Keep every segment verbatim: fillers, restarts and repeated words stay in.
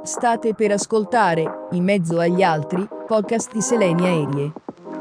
State per ascoltare, in mezzo agli altri, podcast di Seleni Aerie.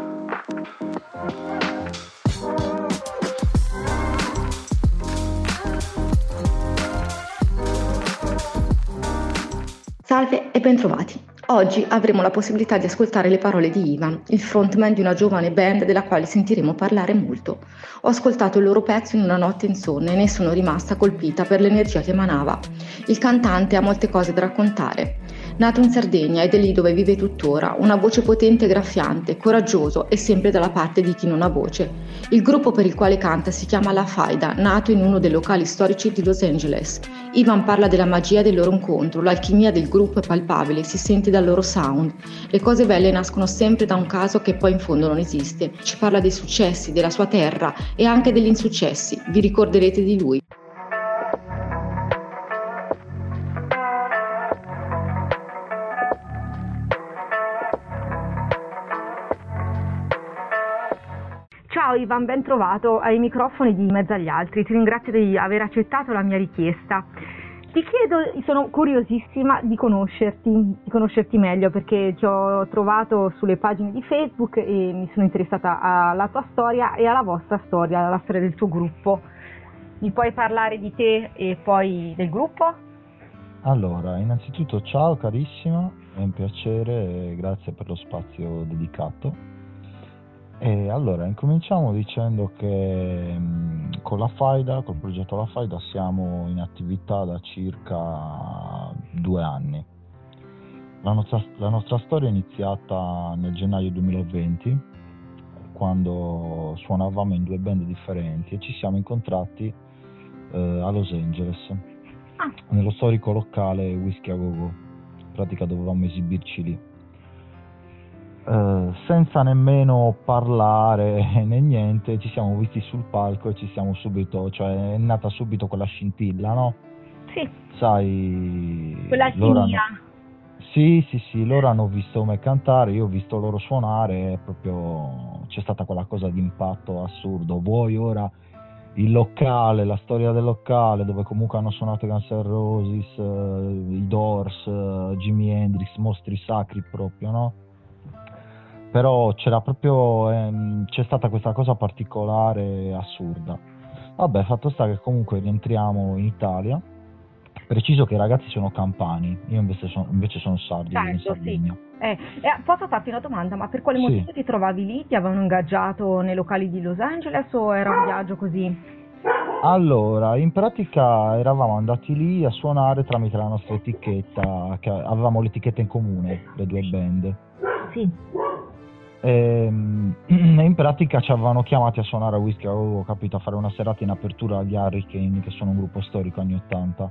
Salve e bentrovati. Oggi avremo la possibilità di ascoltare le parole di Ivan, il frontman di una giovane band della quale sentiremo parlare molto. Ho ascoltato il loro pezzo in una notte insonne e ne sono rimasta colpita per l'energia che emanava. Il cantante ha molte cose da raccontare. Nato in Sardegna ed è lì dove vive tuttora, una voce potente e graffiante, coraggioso e sempre dalla parte di chi non ha voce. Il gruppo per il quale canta si chiama La Faida, nato in uno dei locali storici di Los Angeles. Ivan parla della magia del loro incontro, l'alchimia del gruppo è palpabile, si sente dal loro sound. Le cose belle nascono sempre da un caso che poi in fondo non esiste. Ci parla dei successi, della sua terra e anche degli insuccessi. Vi ricorderete di lui. Ciao Ivan, ben trovato ai microfoni di In mezzo agli altri, ti ringrazio di aver accettato la mia richiesta. Ti chiedo, sono curiosissima di conoscerti, di conoscerti meglio perché ti ho trovato sulle pagine di Facebook e mi sono interessata alla tua storia e alla vostra storia, alla storia del tuo gruppo. Mi puoi parlare di te e poi del gruppo? Allora, innanzitutto ciao carissima, è un piacere e grazie per lo spazio dedicato. E allora, incominciamo dicendo che mh, con la Faida, col progetto La Faida, siamo in attività da circa due anni. La nostra, la nostra storia è iniziata nel gennaio duemilaventi, quando suonavamo in due band differenti e ci siamo incontrati eh, a Los Angeles, Ah. nello storico locale Whisky a Go Go. In pratica dovevamo esibirci lì. Uh, senza nemmeno parlare né niente, ci siamo visti sul palco e ci siamo subito, cioè è nata subito quella scintilla, no? Sì. Sai, Quell'alchimia. hanno... Sì, sì, sì, loro hanno visto me cantare, io ho visto loro suonare e proprio c'è stata quella cosa di impatto assurdo. Vuoi ora il locale, la storia del locale, dove comunque hanno suonato Guns N' Roses, uh, i Doors, uh, Jimi Hendrix, mostri sacri proprio, no? Però c'era proprio ehm, c'è stata questa cosa particolare assurda. Vabbè, fatto sta che comunque rientriamo in Italia. Preciso che i ragazzi sono campani, io invece sono, invece sono sardi, vivo in Certo, Sardegna. sì. Eh, eh, posso farti una domanda, ma per quale Sì. motivo ti trovavi lì? Ti avevano ingaggiato nei locali di Los Angeles o era un viaggio così? Allora, in pratica eravamo andati lì a suonare tramite la nostra etichetta, che avevamo l'etichetta in comune, le due band. Sì. E, in pratica ci avevano chiamati a suonare a Whisky, avevo capito, a fare una serata in apertura agli Hurricane, che sono un gruppo storico anni ottanta.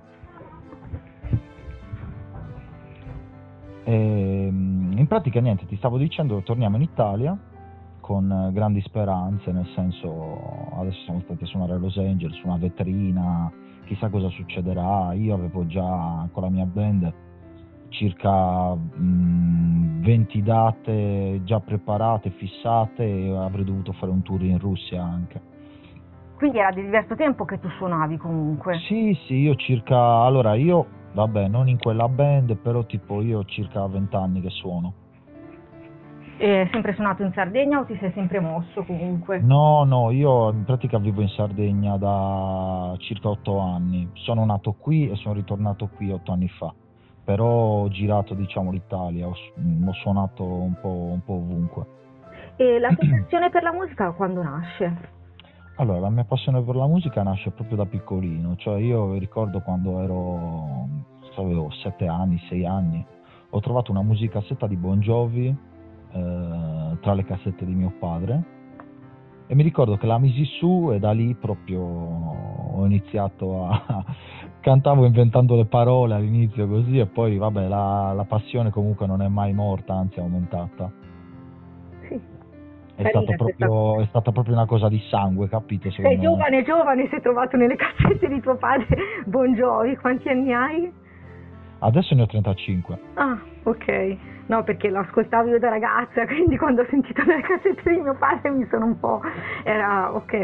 E, in pratica niente, ti stavo dicendo, torniamo in Italia con grandi speranze, nel senso adesso siamo stati a suonare a Los Angeles, una vetrina, chissà cosa succederà. Io avevo già con la mia band circa mh, venti date già preparate, fissate, e avrei dovuto fare un tour in Russia anche. Quindi era di diverso tempo che tu suonavi comunque? Sì, sì, io circa, allora io, vabbè, non in quella band, però tipo io ho circa venti anni che suono. E sempre suonato in Sardegna o ti sei sempre mosso comunque? No, no, io in pratica vivo in Sardegna da circa otto anni, sono nato qui e sono ritornato qui otto anni fa. Però ho girato, diciamo, l'Italia, ho, ho suonato un po', un po' ovunque. E la tua passione per la musica quando nasce? Allora, la mia passione per la musica nasce proprio da piccolino, cioè io ricordo quando ero, avevo sette anni, sei anni, ho trovato una musicassetta di Bon Jovi eh, tra le cassette di mio padre e mi ricordo che la misi su e da lì proprio ho iniziato a... cantavo inventando le parole all'inizio così e poi vabbè la, la passione comunque non è mai morta, anzi è aumentata. Sì. È, stato proprio, è stata proprio una cosa di sangue, capito? Sei giovane, giovane, sei trovato nelle cassette di tuo padre Bon Jovi, quanti anni hai? Adesso ne ho trentacinque. Ah, ok. No, perché lo ascoltavo io da ragazza, quindi quando ho sentito le cassette di mio padre mi sono un po'... era ok,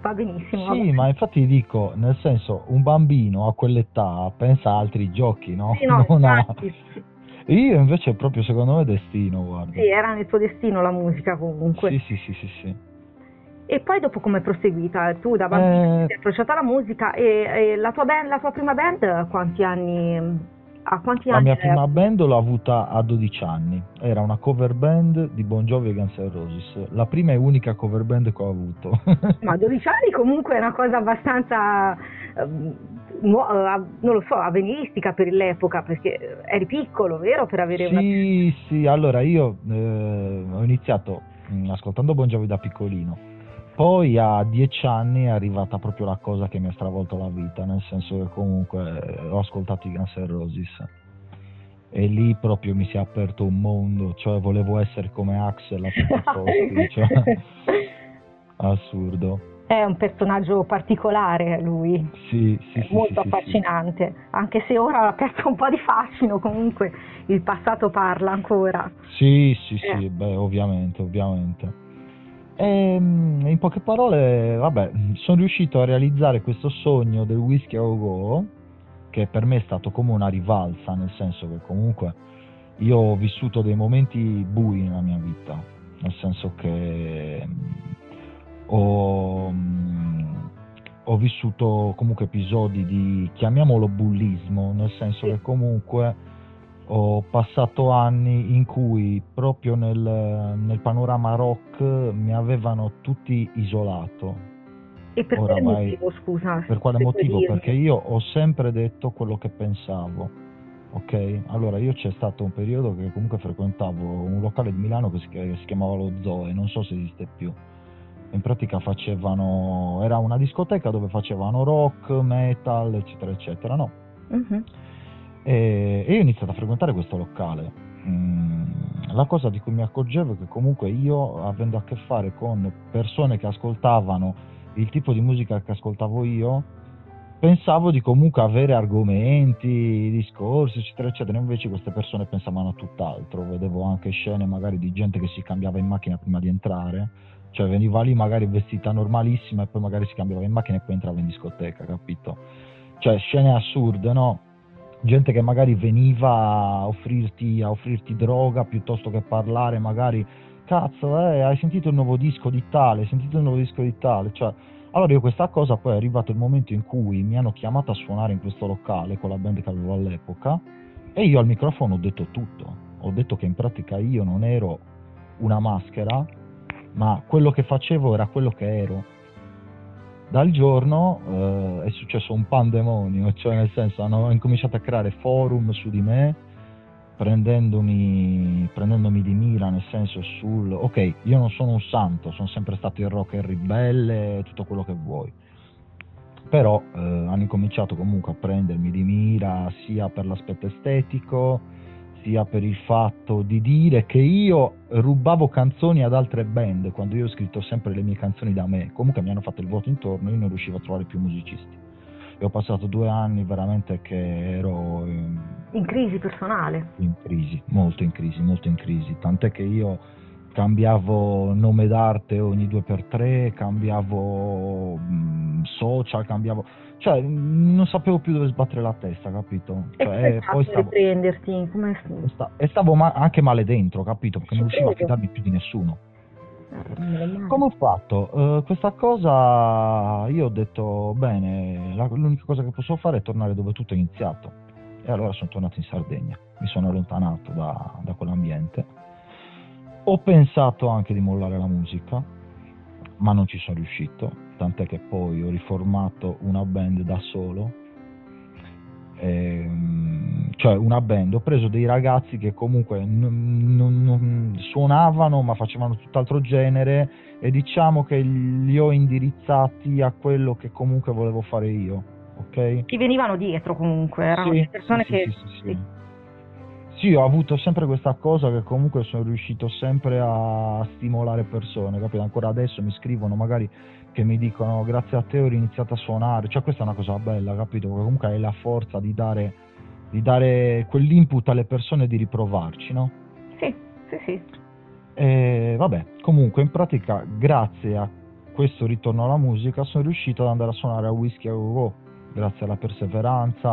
va benissimo. Sì, ma infatti dico, nel senso, un bambino a quell'età pensa a altri giochi, no? Sì, no, Non a... infatti, Io invece proprio secondo me destino, guarda. sì, era nel tuo destino la musica comunque. Sì, sì, sì, sì, sì. E poi dopo come è proseguita? Tu da bambino Eh, sei approcciata alla musica e, e la tua band, la tua prima band, quanti anni, a quanti la anni mia hai prima avuto? band l'ho avuta a dodici anni, era una cover band di Bon Jovi e Guns N' Roses, la prima e unica cover band che ho avuto. Ma dodici anni comunque è una cosa abbastanza, ehm, nuo- eh, non lo so, avveniristica per l'epoca, perché eri piccolo, vero? Per avere una... Sì, sì, allora io eh, ho iniziato mh, ascoltando Bon Jovi da piccolino, poi a dieci anni è arrivata proprio la cosa che mi ha stravolto la vita, nel senso che comunque eh, ho ascoltato i Guns N' Roses e lì proprio mi si è aperto un mondo, cioè volevo essere come Axel a tutti i costi, cioè assurdo. È un personaggio particolare lui, Sì, sì, è sì, molto sì, sì, sì. affascinante, anche se ora ha perso un po' di fascino, comunque il passato parla ancora. Sì, sì, Eh. sì, beh, ovviamente, ovviamente. E, mm, in poche parole, vabbè, sono riuscito a realizzare questo sogno del Whisky a Go, che per me è stato come una rivalsa, nel senso che comunque io ho vissuto dei momenti bui nella mia vita, nel senso che mm, ho, mm, ho vissuto comunque episodi di, chiamiamolo bullismo, nel senso che comunque ho passato anni in cui proprio nel, nel panorama rock mi avevano tutti isolato. E per Ora quale vai, motivo, scusa? per quale se puoi motivo? dirmi? Perché io ho sempre detto quello che pensavo, ok? Allora io c'è stato un periodo che comunque frequentavo un locale di Milano che si, che si chiamava Lo Zoe, non so se esiste più. In pratica facevano, era una discoteca dove facevano rock, metal, eccetera, eccetera, no? Mhm. E, e io ho iniziato a frequentare questo locale. Mm, la cosa di cui mi accorgevo è che comunque io, avendo a che fare con persone che ascoltavano il tipo di musica che ascoltavo io, pensavo di comunque avere argomenti, discorsi, eccetera, eccetera. Invece queste persone pensavano a tutt'altro. Vedevo anche scene magari di gente che si cambiava in macchina prima di entrare, cioè veniva lì magari vestita normalissima e poi magari si cambiava in macchina e poi entrava in discoteca, capito? Cioè scene assurde, no? Gente che magari veniva a offrirti, a offrirti droga piuttosto che parlare, magari cazzo, eh, hai sentito il nuovo disco di tale, hai sentito il nuovo disco di tale, cioè, allora io questa cosa, poi è arrivato il momento in cui mi hanno chiamato a suonare in questo locale con la band che avevo all'epoca e io al microfono ho detto tutto, ho detto che in pratica io non ero una maschera, ma quello che facevo era quello che ero. Dal giorno eh, è successo un pandemonio, cioè nel senso hanno incominciato a creare forum su di me, prendendomi, prendendomi di mira, nel senso sul, ok, io non sono un santo, sono sempre stato il rocker ribelle, tutto quello che vuoi, però eh, hanno incominciato comunque a prendermi di mira sia per l'aspetto estetico, sia per il fatto di dire che io rubavo canzoni ad altre band, quando io ho scritto sempre le mie canzoni da me. Comunque mi hanno fatto il vuoto intorno e io non riuscivo a trovare più musicisti. E ho passato due anni veramente che ero in, In crisi personale. in crisi, molto in crisi, molto in crisi. Tant'è che io cambiavo nome d'arte ogni due per tre, cambiavo mh, social, cambiavo... Cioè, non sapevo più dove sbattere la testa, capito? E Cioè, come hai eh, fatto poi a stavo... riprenderti? Come... E sta- e stavo ma- anche male dentro, capito? Perché non Ci riuscivo a credo. fidarmi più di nessuno. Eh, non me lo immagino. Come ho fatto? Eh, questa cosa io ho detto, bene, la- l'unica cosa che posso fare è tornare dove tutto è iniziato. E allora sono tornato in Sardegna, mi sono allontanato da, da quell'ambiente. Ho pensato anche di mollare la musica, ma non ci sono riuscito, tant'è che poi ho riformato una band da solo. Ehm, cioè una band, ho preso dei ragazzi che comunque non, non, non suonavano ma facevano tutt'altro genere e diciamo che li ho indirizzati a quello che comunque volevo fare io, ok? Ti venivano dietro comunque, erano Sì, delle persone sì, che... sì, sì, sì. Sì, ho avuto sempre questa cosa che comunque sono riuscito sempre a stimolare persone, capito? Ancora adesso mi scrivono magari che mi dicono grazie a te ho iniziato a suonare, cioè questa è una cosa bella, capito? Perché comunque hai la forza di dare, di dare quell'input alle persone e di riprovarci, no? Sì, sì, sì. E vabbè, comunque in pratica grazie a questo ritorno alla musica sono riuscito ad andare a suonare a Whisky a Go Go, grazie alla perseveranza,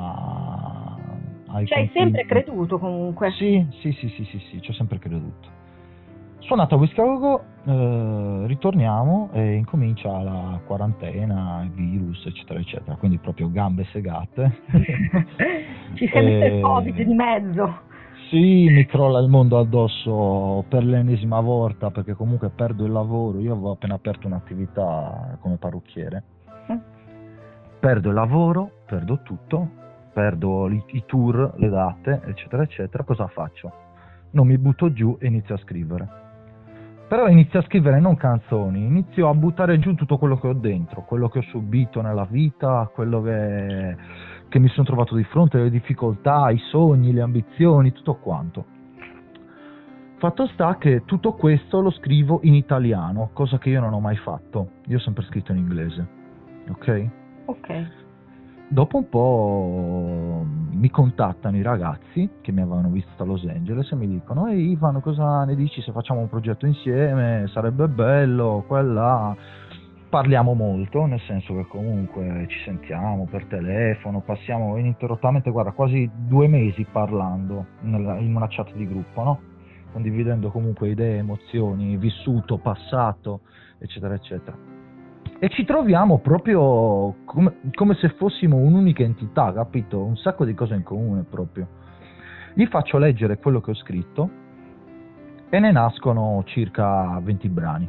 ai Ci hai consigli. sempre creduto comunque. Sì, sì, sì, sì, sì, sì, ci ho sempre creduto. Suonato a Whisky a Go Go, eh, ritorniamo e incomincia la quarantena, il virus, eccetera, eccetera, quindi proprio gambe segate. Ci si è messo il E- Covid di mezzo. Sì, mi crolla il mondo addosso per l'ennesima volta, perché comunque perdo il lavoro. Io avevo appena aperto un'attività come parrucchiere. Perdo il lavoro, perdo tutto, perdo i, i tour, le date, eccetera, eccetera. Cosa faccio? Non mi butto giù e inizio a scrivere. Però inizio a scrivere non canzoni, inizio a buttare giù tutto quello che ho dentro, quello che ho subito nella vita, quello che, che mi sono trovato di fronte, le difficoltà, i sogni, le ambizioni, tutto quanto. Fatto sta che tutto questo lo scrivo in italiano, cosa che io non ho mai fatto. Io ho sempre scritto in inglese, ok? Ok. Dopo un po' mi contattano i ragazzi che mi avevano visto a Los Angeles e mi dicono: ehi Ivan, cosa ne dici se facciamo un progetto insieme? Sarebbe bello, quella. Parliamo molto, nel senso che comunque ci sentiamo per telefono, passiamo ininterrottamente, guarda, quasi due mesi parlando nella- in una chat di gruppo, no? Condividendo comunque idee, emozioni, vissuto, passato, eccetera, eccetera. E ci troviamo proprio come, come se fossimo un'unica entità, capito? Un sacco di cose in comune proprio. Gli faccio leggere quello che ho scritto e ne nascono circa venti brani.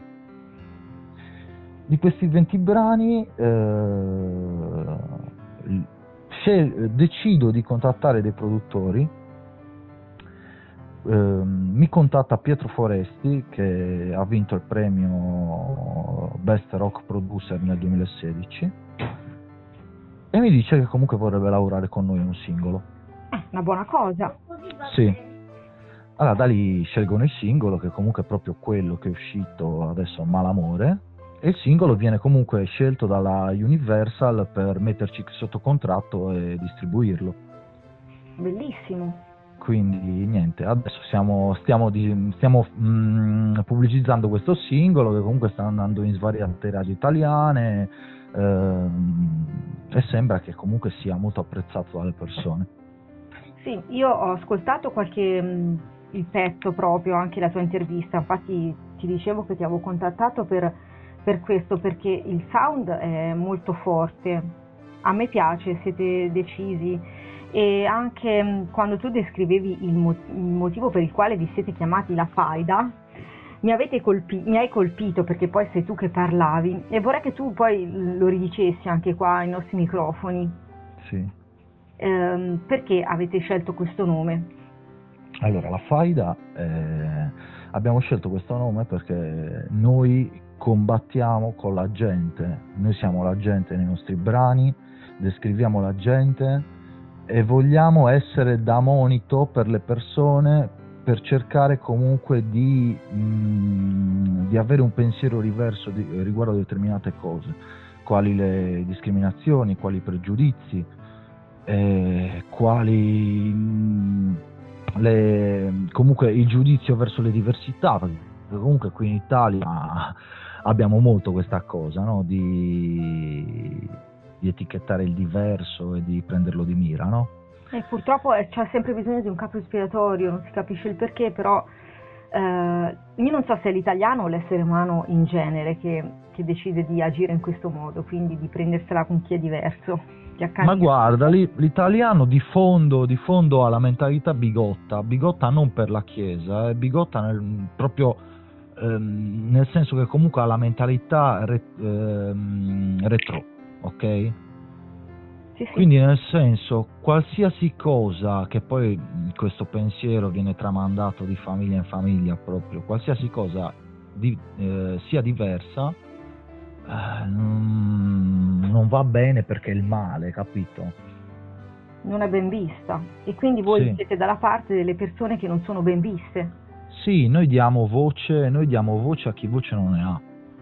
Di questi venti brani eh, scel- decido di contattare dei produttori. Eh, mi contatta Pietro Foresti, che ha vinto il premio Best Rock Producer nel duemilasedici, e mi dice che comunque vorrebbe lavorare con noi in un singolo. Ah, una buona cosa. Sì. Allora da lì scelgono il singolo, che comunque è proprio quello che è uscito adesso, Malamore, e il singolo viene comunque scelto dalla Universal per metterci sotto contratto e distribuirlo. Bellissimo. Quindi niente, adesso siamo, stiamo, di, stiamo mh, pubblicizzando questo singolo che comunque sta andando in svariate radio italiane, ehm, e sembra che comunque sia molto apprezzato dalle persone. Sì, io ho ascoltato qualche mh, il pezzo proprio, anche la tua intervista, infatti ti dicevo che ti avevo contattato per, per questo, perché il sound è molto forte, a me piace, siete decisi. E anche mh, quando tu descrivevi il, mo- il motivo per il quale vi siete chiamati La Faida, mi, avete colpi- mi hai colpito, perché poi sei tu che parlavi, e vorrei che tu poi lo ridicessi anche qua ai nostri microfoni. Sì. Ehm, perché avete scelto questo nome? Allora, La Faida, eh, abbiamo scelto questo nome perché noi combattiamo con la gente, noi siamo la gente nei nostri brani, descriviamo la gente e vogliamo essere da monito per le persone, per cercare comunque di, mh, di avere un pensiero diverso di, riguardo a determinate cose, quali le discriminazioni, quali i pregiudizi, eh, quali mh, le, comunque il giudizio verso le diversità, perché comunque qui in Italia abbiamo molto questa cosa, no? di, di etichettare il diverso e di prenderlo di mira, no? E purtroppo eh, c'è sempre bisogno di un capo espiatorio, non si capisce il perché, però eh, io non so se è l'italiano o l'essere umano in genere che, che decide di agire in questo modo, quindi di prendersela con chi è diverso. Chi Ma guarda, l'italiano di fondo, di fondo ha la mentalità bigotta, bigotta non per la Chiesa, è bigotta nel, proprio ehm, nel senso che comunque ha la mentalità re, ehm, retro, ok? Sì, sì. Quindi nel senso, qualsiasi cosa, che poi questo pensiero viene tramandato di famiglia in famiglia proprio, qualsiasi cosa di, eh, sia diversa, eh, non, non va bene perché è il male, capito? Non è ben vista, e quindi voi Sì. siete dalla parte delle persone che non sono ben viste. Sì, noi diamo voce, noi diamo voce a chi voce non ne ha.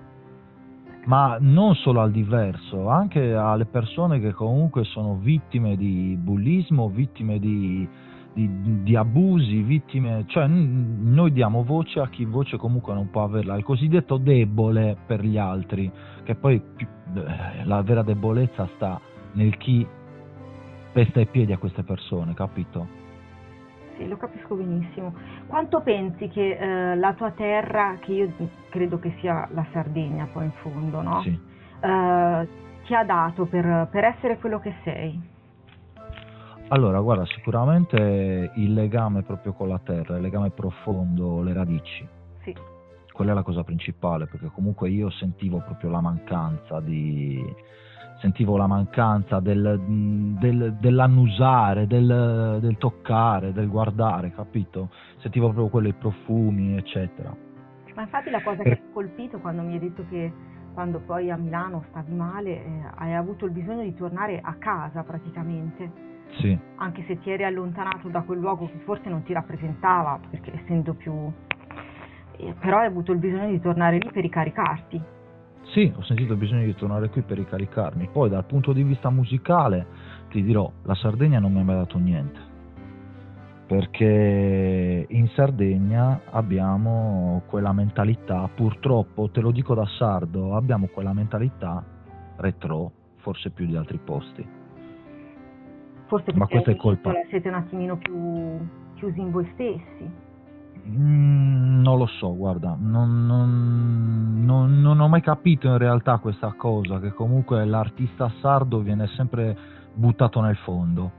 Ma non solo al diverso, anche alle persone che comunque sono vittime di bullismo, vittime di, di, di abusi, vittime, cioè n- noi diamo voce a chi voce comunque non può averla, il cosiddetto debole per gli altri, che poi più, eh, la vera debolezza sta nel chi pesta i piedi a queste persone, capito? Sì, lo capisco benissimo. Quanto pensi che eh, la tua terra, che io credo che sia la Sardegna poi in fondo, no? Sì. Eh, ti ha dato per, per essere quello che sei? Allora, guarda, sicuramente il legame proprio con la terra, il legame profondo, le radici. Sì. Quella è la cosa principale, perché comunque io sentivo proprio la mancanza di... sentivo la mancanza del, del, dell'annusare, del, del toccare, del guardare, capito? Sentivo proprio quello, i profumi, eccetera. Ma infatti la cosa Per... che mi ha colpito quando mi hai detto che quando poi a Milano stavi male, eh, hai avuto il bisogno di tornare a casa praticamente. Sì. Anche se ti eri allontanato da quel luogo che forse non ti rappresentava, perché essendo più... Eh, però hai avuto il bisogno di tornare lì per ricaricarti. Sì, ho sentito il bisogno di tornare qui per ricaricarmi. Poi dal punto di vista musicale ti dirò, la Sardegna non mi ha mai dato niente, perché in Sardegna abbiamo quella mentalità, purtroppo, te lo dico da sardo, abbiamo quella mentalità retro, forse più di altri posti. Forse Ma perché questa è colpa. siete un attimino più chiusi in voi stessi. Mm, non lo so, guarda, non, non, non, non ho mai capito in realtà questa cosa, che comunque l'artista sardo viene sempre buttato nel fondo.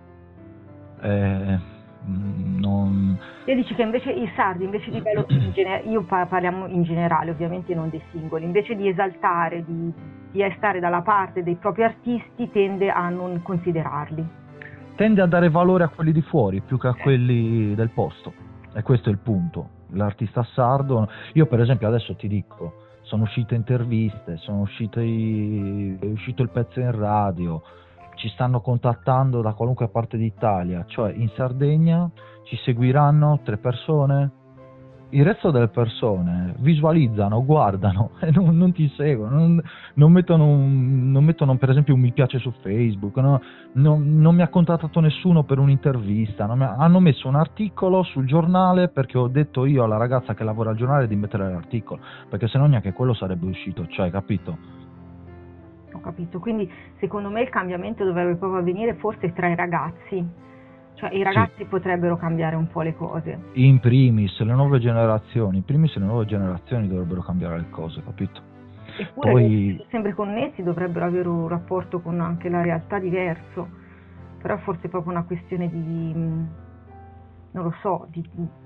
Eh, non... E dici che invece i sardi, invece di bello, in gener- io pa- parliamo in generale, ovviamente non dei singoli, invece di esaltare, di, di stare dalla parte dei propri artisti, tende a non considerarli. Tende a dare valore a quelli di fuori più che a quelli del posto, e questo è il punto. L'artista sardo, io per esempio adesso ti dico, sono uscite interviste, sono uscite, è uscito il pezzo in radio, ci stanno contattando da qualunque parte d'Italia, cioè in Sardegna ci seguiranno tre persone, il resto delle persone visualizzano, guardano e non, non ti seguono, non, non, mettono un, non mettono per esempio un mi piace su Facebook, no? non, non mi ha contattato nessuno per un'intervista, non mi ha, hanno messo un articolo sul giornale perché ho detto io alla ragazza che lavora al giornale di mettere l'articolo, perché se no neanche quello sarebbe uscito, cioè, capito? Ho capito, quindi secondo me il cambiamento dovrebbe proprio avvenire forse tra i ragazzi. Cioè i ragazzi sì. potrebbero cambiare un po' le cose. In primis le nuove generazioni, in primis le nuove generazioni dovrebbero cambiare le cose, capito? Eppure Poi... sempre connessi dovrebbero avere un rapporto con anche la realtà diverso, però forse è proprio una questione di, non lo so, di,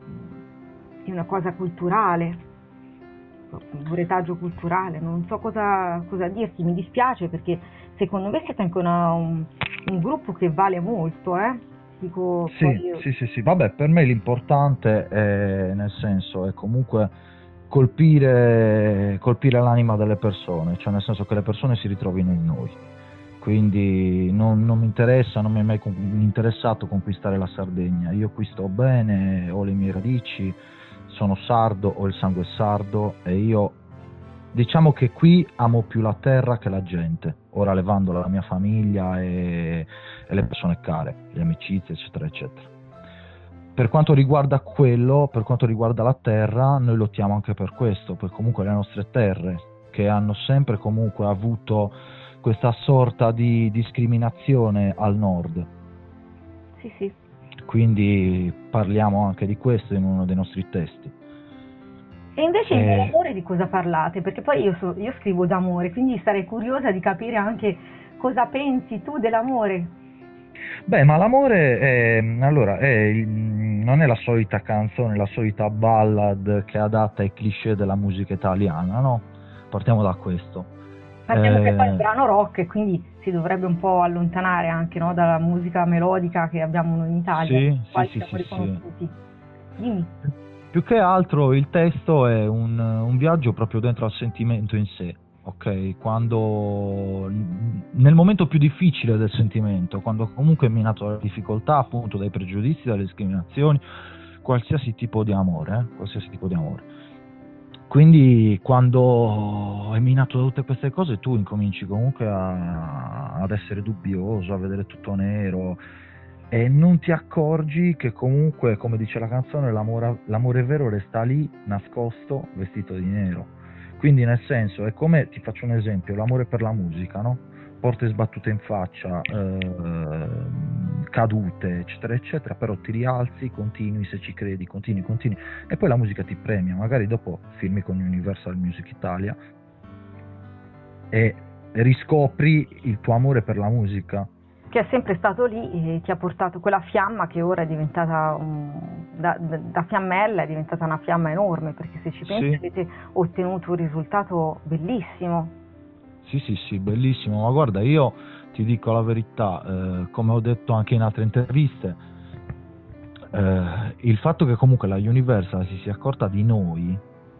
di una cosa culturale, un retaggio culturale, non so cosa, cosa dirti, mi dispiace perché secondo me siete anche una, un, un gruppo che vale molto, eh? Dico, sì, io... sì, sì, sì, vabbè, per me l'importante è, nel senso, è comunque colpire, colpire l'anima delle persone, cioè nel senso che le persone si ritrovino in noi, quindi non, non mi interessa, non mi è mai interessato conquistare la Sardegna, io qui sto bene, ho le mie radici, sono sardo, ho il sangue sardo e io diciamo che qui amo più la terra che la gente, ora levando la mia famiglia e, e le persone care, le amicizie, eccetera, eccetera. Per quanto riguarda quello, per quanto riguarda la terra, noi lottiamo anche per questo, per comunque le nostre terre, che hanno sempre comunque avuto questa sorta di discriminazione al nord. Sì, sì. Quindi parliamo anche di questo in uno dei nostri testi. E invece eh... nell'amore di cosa parlate? Perché poi io, so, io scrivo d'amore, quindi sarei curiosa di capire anche cosa pensi tu dell'amore. Beh, ma l'amore è, allora, è, non è la solita canzone, la solita ballad che è adatta ai cliché della musica italiana, no? Partiamo da questo. Partiamo eh... che poi è un brano rock e quindi si dovrebbe un po' allontanare anche, no, dalla musica melodica che abbiamo noi in Italia, sì, quali sì, siamo sì, riconosciuti. Sì. Dimmi. Più che altro il testo è un, un viaggio proprio dentro al sentimento in sé, ok? Quando, nel momento più difficile del sentimento, quando comunque è minato dalla difficoltà, appunto, dai pregiudizi, dalle discriminazioni, qualsiasi tipo di amore, eh? qualsiasi tipo di amore. Quindi quando è minato da tutte queste cose tu incominci comunque a, ad essere dubbioso, a vedere tutto nero, e non ti accorgi che comunque, come dice la canzone, l'amore, l'amore vero resta lì, nascosto, vestito di nero. Quindi nel senso, è come, ti faccio un esempio, l'amore per la musica, no? Porte sbattute in faccia, eh, cadute, eccetera, eccetera, però ti rialzi, continui, se ci credi, continui, continui, e poi la musica ti premia, magari dopo firmi con Universal Music Italia e riscopri il tuo amore per la musica. Che è sempre stato lì e ti ha portato quella fiamma che ora è diventata, un, da, da, da fiammella è diventata una fiamma enorme, perché se ci pensi Sì. avete ottenuto un risultato bellissimo. Sì, sì, sì, bellissimo, ma guarda, io ti dico la verità, eh, come ho detto anche in altre interviste, eh, il fatto che comunque la Universal si sia accorta di noi,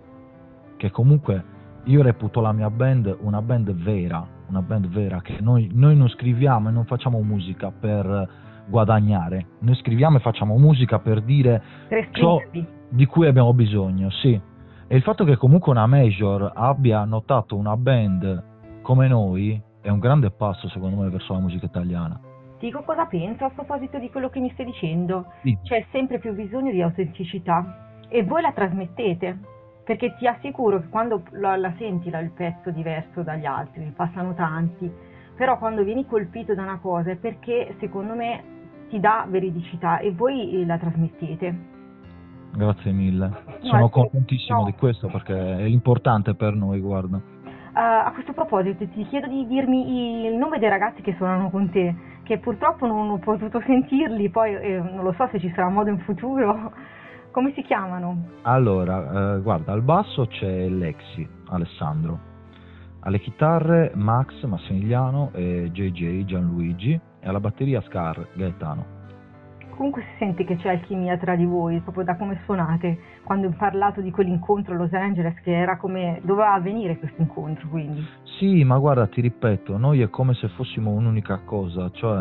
che comunque io reputo la mia band una band vera, una band vera, che noi, noi non scriviamo e non facciamo musica per guadagnare, noi scriviamo e facciamo musica per dire Per ciò esprimervi. di cui abbiamo bisogno, sì. E il fatto che comunque una major abbia notato una band come noi è un grande passo, secondo me, verso la musica italiana. Dico cosa penso a proposito di quello che mi stai dicendo. Sì. C'è sempre più bisogno di autenticità e voi la trasmettete, perché ti assicuro che quando la, la senti la, il pezzo diverso dagli altri, passano tanti, però quando vieni colpito da una cosa è perché secondo me ti dà veridicità e voi la trasmettete. Grazie mille, No, sono è- contentissimo no. di questo perché è l'importante per noi, guarda. Uh, a questo proposito ti chiedo di dirmi il nome dei ragazzi che suonano con te, che purtroppo non ho potuto sentirli, poi eh, non lo so se ci sarà modo in futuro. Come si chiamano? Allora, eh, guarda, al basso c'è Lexi, Alessandro, alle chitarre Max, Massimiliano e J J, Gianluigi, e alla batteria Scar, Gaetano. Comunque si sente che c'è alchimia tra di voi, proprio da come suonate, quando ho parlato di quell'incontro a Los Angeles, che era come doveva avvenire questo incontro, quindi. Sì, ma guarda, ti ripeto, noi è come se fossimo un'unica cosa, cioè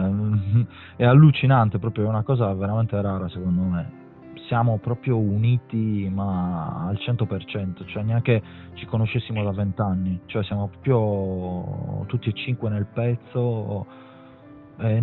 è allucinante, proprio è una cosa veramente rara secondo me. Siamo proprio uniti, ma al cento per cento, cioè neanche ci conoscessimo da vent'anni, cioè siamo proprio tutti e cinque nel pezzo. Eh,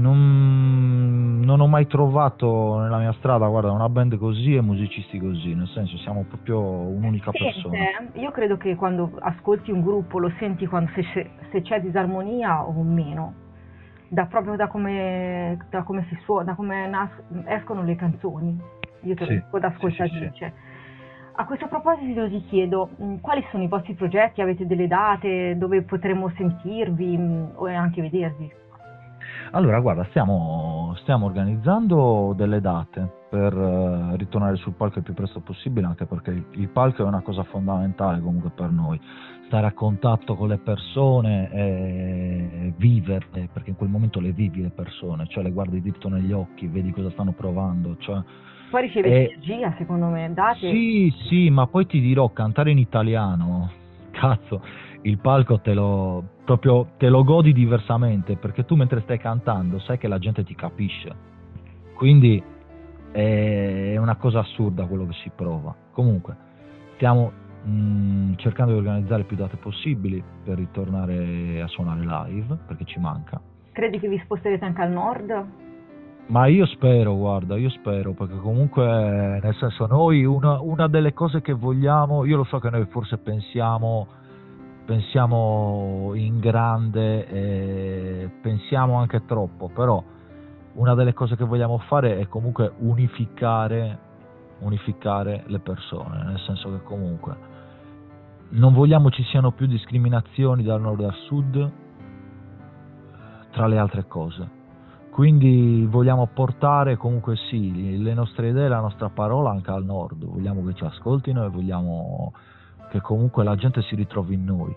non, non ho mai trovato nella mia strada, guarda, una band così e musicisti così, nel senso siamo proprio un'unica persona. Sente, io credo che quando ascolti un gruppo lo senti quando se, se c'è disarmonia o meno, da proprio da come, da come si suona, da come nas- escono le canzoni. Io te lo Sì, dico da ascoltatrice. sì, sì, sì. A questo proposito ti chiedo, mh, quali sono i vostri progetti? Avete delle date dove potremo sentirvi mh, o anche vedervi? Allora, guarda, stiamo, stiamo organizzando delle date per eh, ritornare sul palco il più presto possibile, anche perché il, il palco è una cosa fondamentale comunque per noi. Stare a contatto con le persone e viverle, perché in quel momento le vivi le persone, cioè le guardi dritto negli occhi, vedi cosa stanno provando. Cioè, Poi ricevete e- energia, secondo me, date. Sì, sì, ma poi ti dirò, cantare in italiano, cazzo, il palco te lo proprio te lo godi diversamente, perché tu mentre stai cantando sai che la gente ti capisce. Quindi è una cosa assurda quello che si prova. Comunque, stiamo mh, cercando di organizzare più date possibili per ritornare a suonare live, perché ci manca. Credi che vi sposterete anche al nord? Ma io spero, guarda, io spero, perché comunque, nel senso, noi una, una delle cose che vogliamo, io lo so che noi forse pensiamo, pensiamo in grande, e pensiamo anche troppo, però una delle cose che vogliamo fare è comunque unificare, unificare le persone, nel senso che comunque non vogliamo ci siano più discriminazioni dal nord al sud, tra le altre cose. Quindi vogliamo portare comunque sì le nostre idee, la nostra parola anche al nord, vogliamo che ci ascoltino e vogliamo che comunque la gente si ritrovi in noi.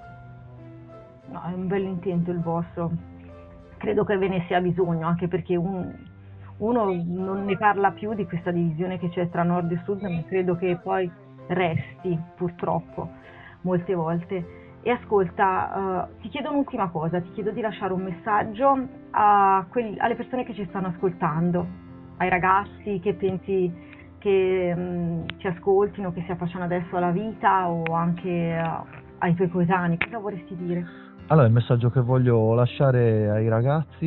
No, è un bel intento il vostro. Credo che ve ne sia bisogno, anche perché un, uno non ne parla più di questa divisione che c'è tra nord e sud, ma credo che poi resti purtroppo molte volte. E ascolta, uh, ti chiedo un'ultima cosa, ti chiedo di lasciare un messaggio a quelli, alle persone che ci stanno ascoltando, ai ragazzi che pensi che um, ci ascoltino, che si affacciano adesso alla vita o anche uh, ai tuoi coetanei. Cosa vorresti dire? Allora, il messaggio che voglio lasciare ai ragazzi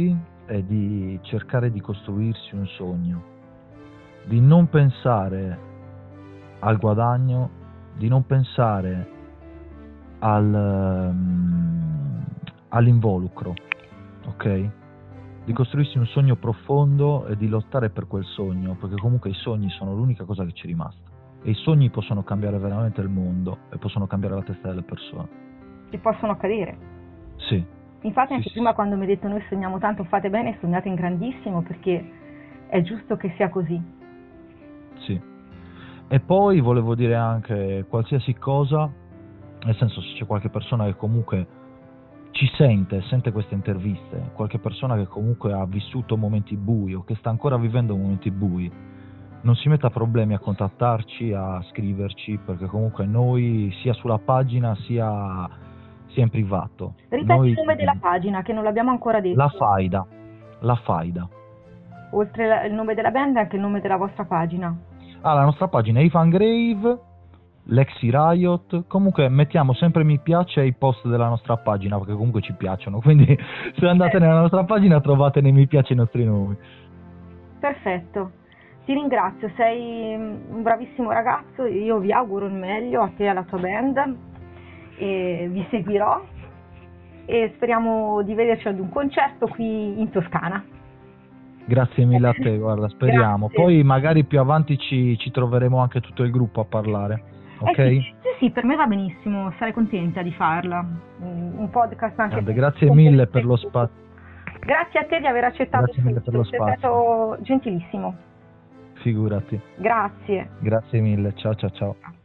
è di cercare di costruirsi un sogno, di non pensare al guadagno, di non pensare al, um, all'involucro, ok? Di costruirsi un sogno profondo e di lottare per quel sogno, perché comunque i sogni sono l'unica cosa che ci è rimasta. E i sogni possono cambiare veramente il mondo e possono cambiare la testa delle persone. Che possono accadere. Sì. Infatti sì, anche sì, prima sì. quando mi hai detto noi sogniamo tanto, fate bene, sognate in grandissimo, perché è giusto che sia così. Sì. E poi volevo dire anche qualsiasi cosa, nel senso, se c'è qualche persona che comunque ci sente, sente queste interviste, qualche persona che comunque ha vissuto momenti bui o che sta ancora vivendo momenti bui, non si metta problemi a contattarci, a scriverci, perché comunque noi sia sulla pagina sia, sia in privato. Ripeti Noi, il nome della pagina, che non l'abbiamo ancora detto. La Faida, La Faida. Oltre la- il nome della band, anche il nome della vostra pagina. Ah, la nostra pagina è Ivan Grave, Lexi Riot, comunque mettiamo sempre mi piace ai post della nostra pagina, perché comunque ci piacciono, quindi se andate nella nostra pagina trovate nei mi piace i nostri nomi. Perfetto. Ti ringrazio, sei un bravissimo ragazzo, io vi auguro il meglio a te e alla tua band e vi seguirò e speriamo di vederci ad un concerto qui in Toscana. Grazie mille a te, guarda, speriamo. Grazie. Poi magari più avanti ci, ci troveremo anche tutto il gruppo a parlare, ok? Eh sì, sì, sì, per me va benissimo, sarei contenta di farla. Un podcast anche. Grande, grazie mille per lo spazio. Grazie a te di aver accettato. Grazie mille per lo Sei spazio. stato gentilissimo. Figurati. Grazie. Grazie mille, ciao ciao ciao.